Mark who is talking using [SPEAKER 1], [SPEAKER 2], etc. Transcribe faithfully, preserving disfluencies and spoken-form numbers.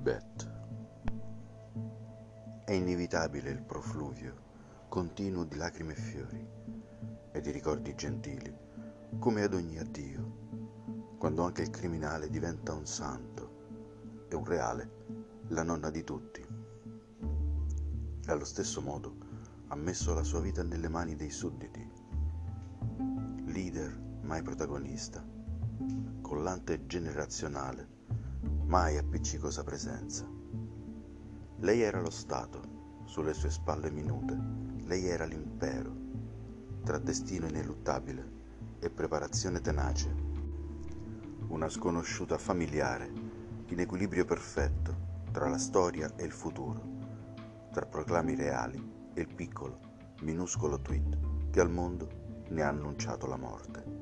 [SPEAKER 1] Libet. È inevitabile il profluvio continuo di lacrime e fiori e di ricordi gentili, come ad ogni addio, quando anche il criminale diventa un santo e un reale, la nonna di tutti. E allo stesso modo ha messo la sua vita nelle mani dei sudditi, leader mai protagonista, collante generazionale, mai appiccicosa presenza. Lei era lo Stato, sulle sue spalle minute, lei era l'impero, tra destino ineluttabile e preparazione tenace. Una sconosciuta familiare, in equilibrio perfetto tra la storia e il futuro, tra proclami reali e il piccolo, minuscolo tweet che al mondo ne ha annunciato la morte.